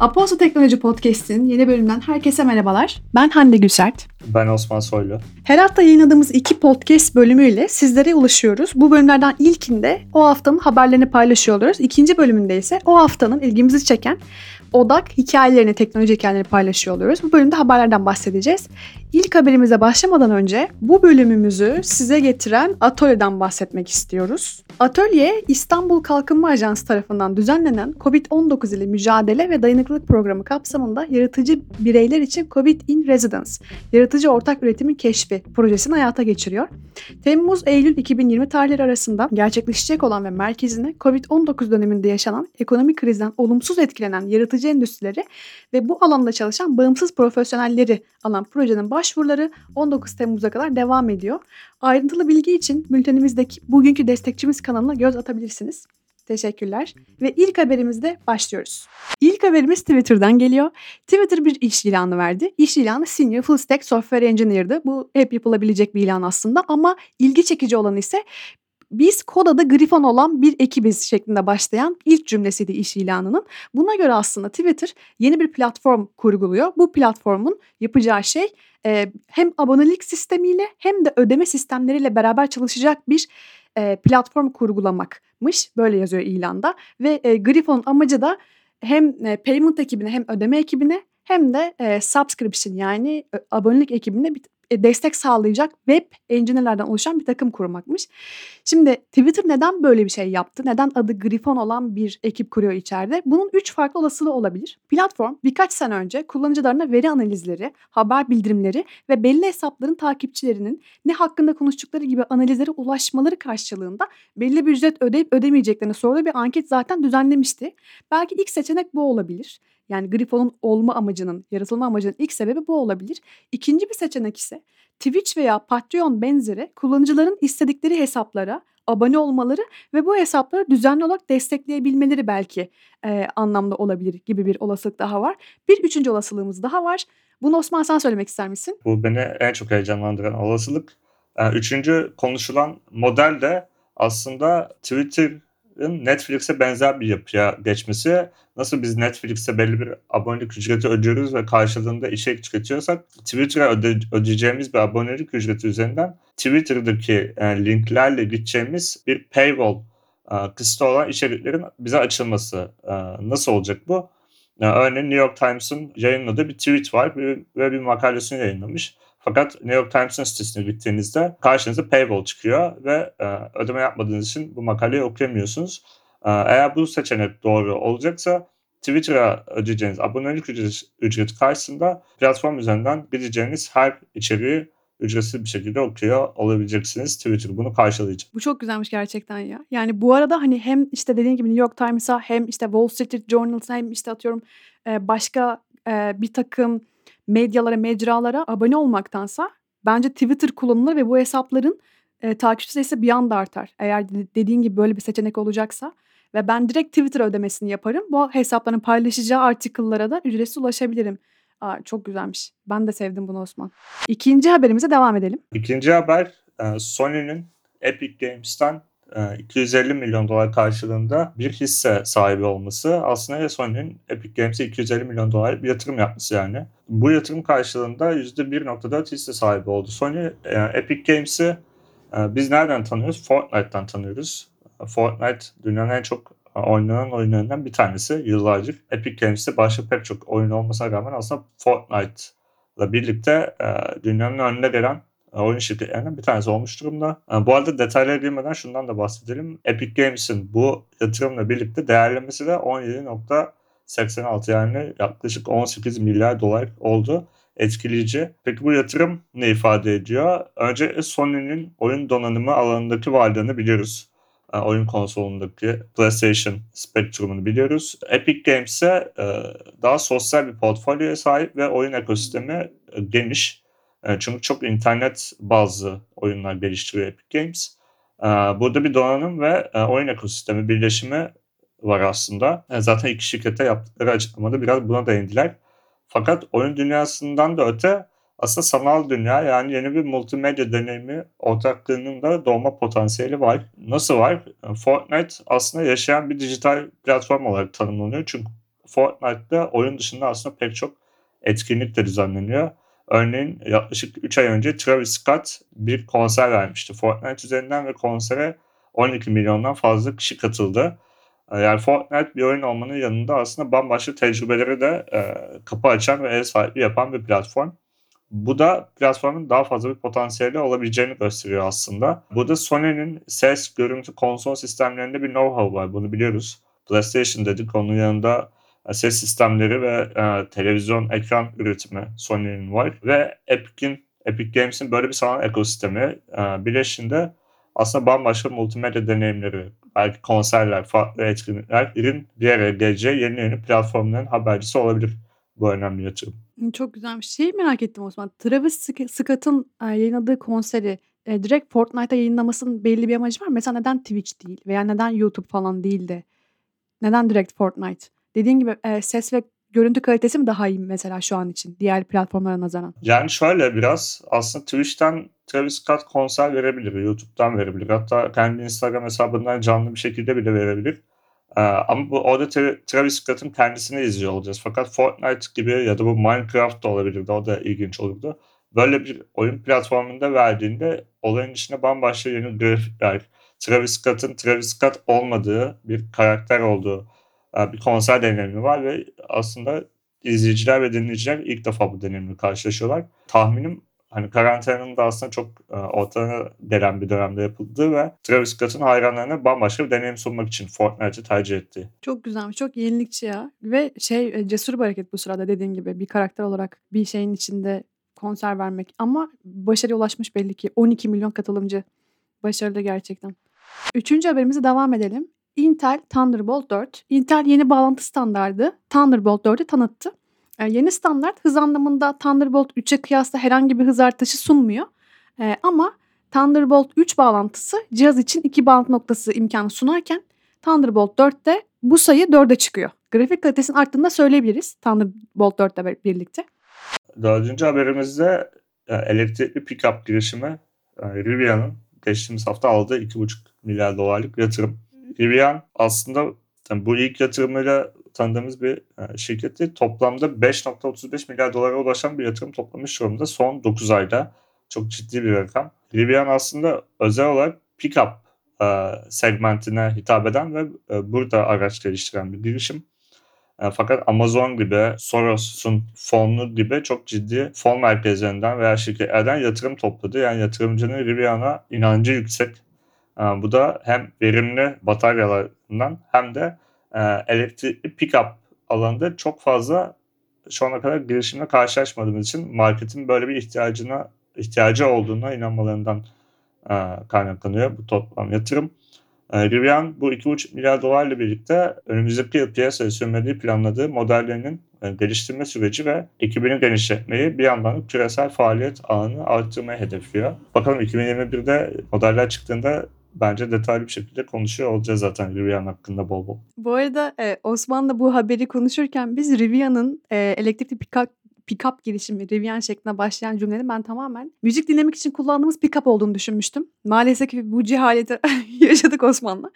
Aposto Teknoloji Podcast'in yeni bölümünden herkese merhabalar. Ben Hande Gülsert. Ben Osman Soylu. Her hafta yayınladığımız 2 podcast bölümüyle sizlere ulaşıyoruz. Bu bölümlerden ilkinde o haftanın haberlerini paylaşıyor oluyoruz. İkinci bölümünde ise o haftanın ilgimizi çeken odak hikayelerini, teknoloji hikayelerini paylaşıyor oluyoruz. Bu bölümde haberlerden bahsedeceğiz. İlk haberimize başlamadan önce bu bölümümüzü size getiren Atölye'den bahsetmek istiyoruz. Atölye, İstanbul Kalkınma Ajansı tarafından düzenlenen COVID-19 ile mücadele ve dayanıklılık programı kapsamında yaratıcı bireyler için COVID in Residence, yaratıcı ortak üretimin keşfi projesini hayata geçiriyor. Temmuz-Eylül 2020 tarihleri arasında gerçekleşecek olan ve merkezine COVID-19 döneminde yaşanan ekonomik krizden olumsuz etkilenen yaratıcı endüstrileri ve bu alanda çalışan bağımsız profesyonelleri alan projenin başvuruları 19 Temmuz'a kadar devam ediyor. Ayrıntılı bilgi için bültenimizdeki bugünkü destekçimiz kanalına göz atabilirsiniz. Teşekkürler. Ve ilk haberimizde başlıyoruz. İlk haberimiz Twitter'dan geliyor. Twitter bir iş ilanı verdi. İş ilanı Senior Full Stack Software Engineer'dı. Bu hep yapılabilecek bir ilan aslında ama ilgi çekici olan ise biz kod adı Grifon olan bir ekibiz şeklinde başlayan ilk cümlesiydi iş ilanının. Buna göre aslında Twitter yeni bir platform kurguluyor. Bu platformun yapacağı şey hem abonelik sistemiyle hem de ödeme sistemleriyle beraber çalışacak bir platform kurgulamakmış. Böyle yazıyor ilanda. Ve Grifon'un amacı da hem payment ekibine hem ödeme ekibine hem de subscription yani abonelik ekibine bir destek sağlayacak web engineer'lerden oluşan bir takım kurmakmış. Şimdi Twitter neden böyle bir şey yaptı? Neden adı Grifon olan bir ekip kuruyor içeride? Bunun 3 farklı olasılığı olabilir. Platform birkaç sene önce kullanıcılarına veri analizleri, haber bildirimleri ve belli hesapların takipçilerinin ne hakkında konuştukları gibi analizlere ulaşmaları karşılığında belli bir ücret ödeyip ödemeyeceklerini sorduğu bir anket zaten düzenlemişti. Belki ilk seçenek bu olabilir. Yani Grifon'un olma amacının, yaratılma amacının ilk sebebi bu olabilir. İkinci bir seçenek ise Twitch veya Patreon benzeri kullanıcıların istedikleri hesaplara abone olmaları ve bu hesapları düzenli olarak destekleyebilmeleri belki anlamda olabilir gibi bir olasılık daha var. Bir üçüncü olasılığımız daha var. Bunu Osman sen söylemek ister misin? Bu beni en çok heyecanlandıran olasılık. Üçüncü konuşulan model de aslında Twitter'ın Netflix'e benzer bir yapıya geçmesi. Nasıl biz Netflix'e belli bir abonelik ücreti ödüyoruz ve karşılığında içerik tüketiyorsak Twitter'a ödeyeceğimiz bir abonelik ücreti üzerinden Twitter'daki linklerle gideceğimiz bir paywall kısıtlı olan içeriklerin bize açılması. Nasıl olacak bu? Örneğin New York Times'ın yayınladığı bir tweet var ve bir makalesini yayınlamış. Fakat New York Times'ın sitesine gittiğinizde karşınıza paywall çıkıyor ve ödeme yapmadığınız için bu makaleyi okuyamıyorsunuz. Eğer bu seçenek doğru olacaksa Twitter'a ödeyeceğiniz abonelik ücreti karşısında platform üzerinden gideceğiniz her içeriği ücretsiz bir şekilde okuyor olabileceksiniz. Twitter bunu karşılayacak. Bu çok güzelmiş gerçekten ya. Yani bu arada hani hem işte dediğin gibi New York Times'a hem işte Wall Street Journal'sa hem işte atıyorum başka bir takım medyalara, mecralara abone olmaktansa bence Twitter kullanılır ve bu hesapların takipçi sayısı bir anda artar. Eğer dediğin gibi böyle bir seçenek olacaksa ve ben direkt Twitter ödemesini yaparım. Bu hesapların paylaşacağı article'lara da ücretsiz ulaşabilirim. Çok güzelmiş. Ben de sevdim bunu Osman. İkinci haberimize devam edelim. İkinci haber Sony'nin Epic Games'ten $250 milyon karşılığında bir hisse sahibi olması. Aslında Sony'nin Epic Games'e $250 milyon bir yatırım yapması yani. Bu yatırım karşılığında %1.4 hisse sahibi oldu. Sony Epic Games'i biz nereden tanıyoruz? Fortnite'tan tanıyoruz. Fortnite dünyanın en çok oynanan oyunlarından bir tanesi yıllardır. Epic Games'te başka pek çok oyun olmasına rağmen aslında Fortnite'la birlikte dünyanın önüne gelen oyun şirketlerinden bir tanesi olmuş durumda. Bu arada detaylara girmeden şundan da bahsedelim. Epic Games'in bu yatırımla birlikte değerlemesi de 17.86 yani yaklaşık 18 milyar dolar oldu. Etkileyici. Peki bu yatırım ne ifade ediyor? Önce Sony'nin oyun donanımı alanındaki varlığını biliyoruz. Oyun konsolundaki PlayStation Spectrum'unu biliyoruz. Epic Games ise daha sosyal bir portfolyoya sahip ve oyun ekosistemi geniş. Çünkü çok internet bazlı oyunlar geliştiriyor Epic Games. Burada bir donanım ve oyun ekosistemi birleşimi var aslında. Zaten iki şirkete yaptıkları açıklamada biraz buna değindiler. Fakat oyun dünyasından da öte aslında sanal dünya yani yeni bir multimedya deneyimi ortaklığının da doğma potansiyeli var. Nasıl var? Fortnite aslında yaşayan bir dijital platform olarak tanımlanıyor. Çünkü Fortnite'da oyun dışında aslında pek çok etkinlik de düzenleniyor. Örneğin yaklaşık 3 ay önce Travis Scott bir konser vermişti Fortnite üzerinden ve konsere 12 milyondan fazla kişi katıldı. Yani Fortnite bir oyun olmanın yanında aslında bambaşka tecrübeleri de kapı açan ve ev sahipliği yapan bir platform. Bu da platformun daha fazla bir potansiyeli olabileceğini gösteriyor aslında. Burada Sony'nin ses, görüntü, konsol sistemlerinde bir know-how var. Bunu biliyoruz. PlayStation dedik. Onun yanında ses sistemleri ve televizyon ekran üretimi Sony'nin var. Ve Epic Games'in böyle bir sanal ekosistemi birleştiğinde aslında bambaşka multimedya deneyimleri, belki konserler, farklı etkinliklerin bir araya geleceği yeni platformların habercisi olabilir bu önemli yatırım. Çok güzelmiş. Şeyi merak ettim Osman. Travis Scott'ın yayınladığı konseri direkt Fortnite'a yayınlamasının belli bir amacı var mı? Mesela neden Twitch değil veya neden YouTube falan değil de neden direkt Fortnite? Dediğin gibi ses ve görüntü kalitesi mi daha iyi mesela şu an için diğer platformlara nazaran? Yani şöyle biraz aslında Twitch'ten Travis Scott konser verebilir, YouTube'dan verebilir. Hatta kendi Instagram hesabından canlı bir şekilde bile verebilir. Ama orada Travis Scott'ın kendisini izliyor olacağız. Fakat Fortnite gibi ya da bu Minecraft da olabilirdi. O da ilginç olurdu. Böyle bir oyun platformunda verdiğinde olayın içine bambaşka yeni grafikler, Travis Scott'ın Travis Scott olmadığı bir karakter olduğu bir konser deneyimi var ve aslında izleyiciler ve dinleyiciler ilk defa bu deneyimle karşılaşıyorlar. Tahminim hani karantinanın da aslında çok ortadan gelen bir dönemde yapıldığı ve Travis Scott'ın hayranlarına bambaşka bir deneyim sunmak için Fortnite'ı tercih ettiği. Çok güzelmiş. Çok yenilikçi ya. Ve cesur bir hareket bu sırada dediğin gibi. Bir karakter olarak bir şeyin içinde konser vermek. Ama başarıya ulaşmış belli ki. 12 milyon katılımcı. Başarılı gerçekten. Üçüncü haberimize devam edelim. Intel Thunderbolt 4. Intel yeni bağlantı standardı Thunderbolt 4'ü tanıttı. Yeni standart hız anlamında Thunderbolt 3'e kıyasla herhangi bir hız artışı sunmuyor. Ama Thunderbolt 3 bağlantısı cihaz için 2 bağlantı noktası imkanı sunarken Thunderbolt 4'te bu sayı 4'e çıkıyor. Grafik kalitesinin arttığını da söyleyebiliriz Thunderbolt 4 ile birlikte. Dördüncü haberimizde elektrikli pick-up girişimi Rivian'ın geçtiğimiz hafta aldığı 2,5 milyar dolarlık yatırım. Rivian aslında bu ilk yatırımıyla tanıdığımız bir şirketi toplamda 5,35 milyar dolara ulaşan bir yatırım toplamış durumda son 9 ayda. Çok ciddi bir rakam. Rivian aslında özel olarak pick-up segmentine hitap eden ve burada araç geliştiren bir girişim. Fakat Amazon gibi, Soros'un fonlu gibi çok ciddi fon merkezlerinden veya şirketlerden yatırım topladı. Yani yatırımcının Rivian'a inancı yüksek. Bu da hem verimli bataryalarından hem de elektrikli pick-up alanında çok fazla şu ana kadar girişimle karşılaşmadığımız için marketin böyle bir ihtiyacı olduğuna inanmalarından kaynaklanıyor bu toplam yatırım. Rivian bu 2,5 milyar dolarla birlikte önümüzdeki yıl piyasaya sürmeyi planladığı modellerinin geliştirme süreci ve ekibini genişletmeyi bir yandan da küresel faaliyet alanını arttırmayı hedefliyor. Bakalım 2021'de modeller çıktığında bence detaylı bir şekilde konuşuyor olacağız zaten Rivian hakkında bol bol. Bu arada Osman'la bu haberi konuşurken biz Rivian'ın elektrikli pick-up girişimi Rivian şeklinde başlayan cümlenin ben tamamen müzik dinlemek için kullandığımız pick-up olduğunu düşünmüştüm. Maalesef ki bu cehaleti yaşadık Osman'la.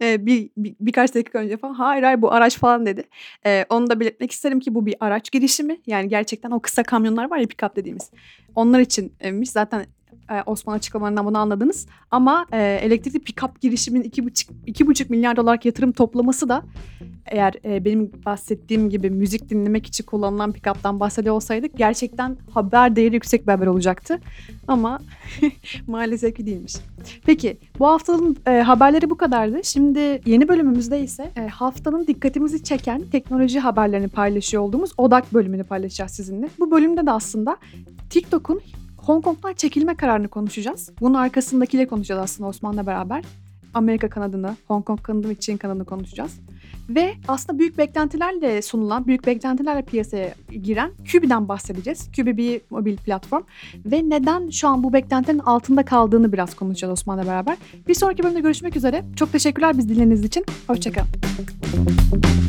Birkaç dakika önce falan hayır bu araç falan dedi. Onu da belirtmek isterim ki bu bir araç girişimi. Yani gerçekten o kısa kamyonlar var ya pick-up dediğimiz. Onlar içinmiş zaten Osman açıklamalarından bunu anladınız. Ama elektrikli pick-up girişimin 2,5 milyar dolarlık yatırım toplaması da eğer benim bahsettiğim gibi müzik dinlemek için kullanılan pick-up'tan bahsediyor olsaydık gerçekten haber değeri yüksek bir haber olacaktı. Ama maalesef ki değilmiş. Peki bu haftanın haberleri bu kadardı. Şimdi yeni bölümümüzde ise haftanın dikkatimizi çeken teknoloji haberlerini paylaşıyor olduğumuz Odak bölümünü paylaşacağız sizinle. Bu bölümde de aslında TikTok'un Hong Kong'dan çekilme kararını konuşacağız. Bunun arkasındakileri konuşacağız aslında Osman'la beraber. Amerika kanadını, Hong Kong kanadını ve Çin kanadını konuşacağız. Ve aslında büyük beklentilerle piyasaya giren Quibi'den bahsedeceğiz. Quibi bir mobil platform. Ve neden şu an bu beklentilerin altında kaldığını biraz konuşacağız Osman'la beraber. Bir sonraki bölümde görüşmek üzere. Çok teşekkürler biz dinlediğiniz için. Hoşçakalın.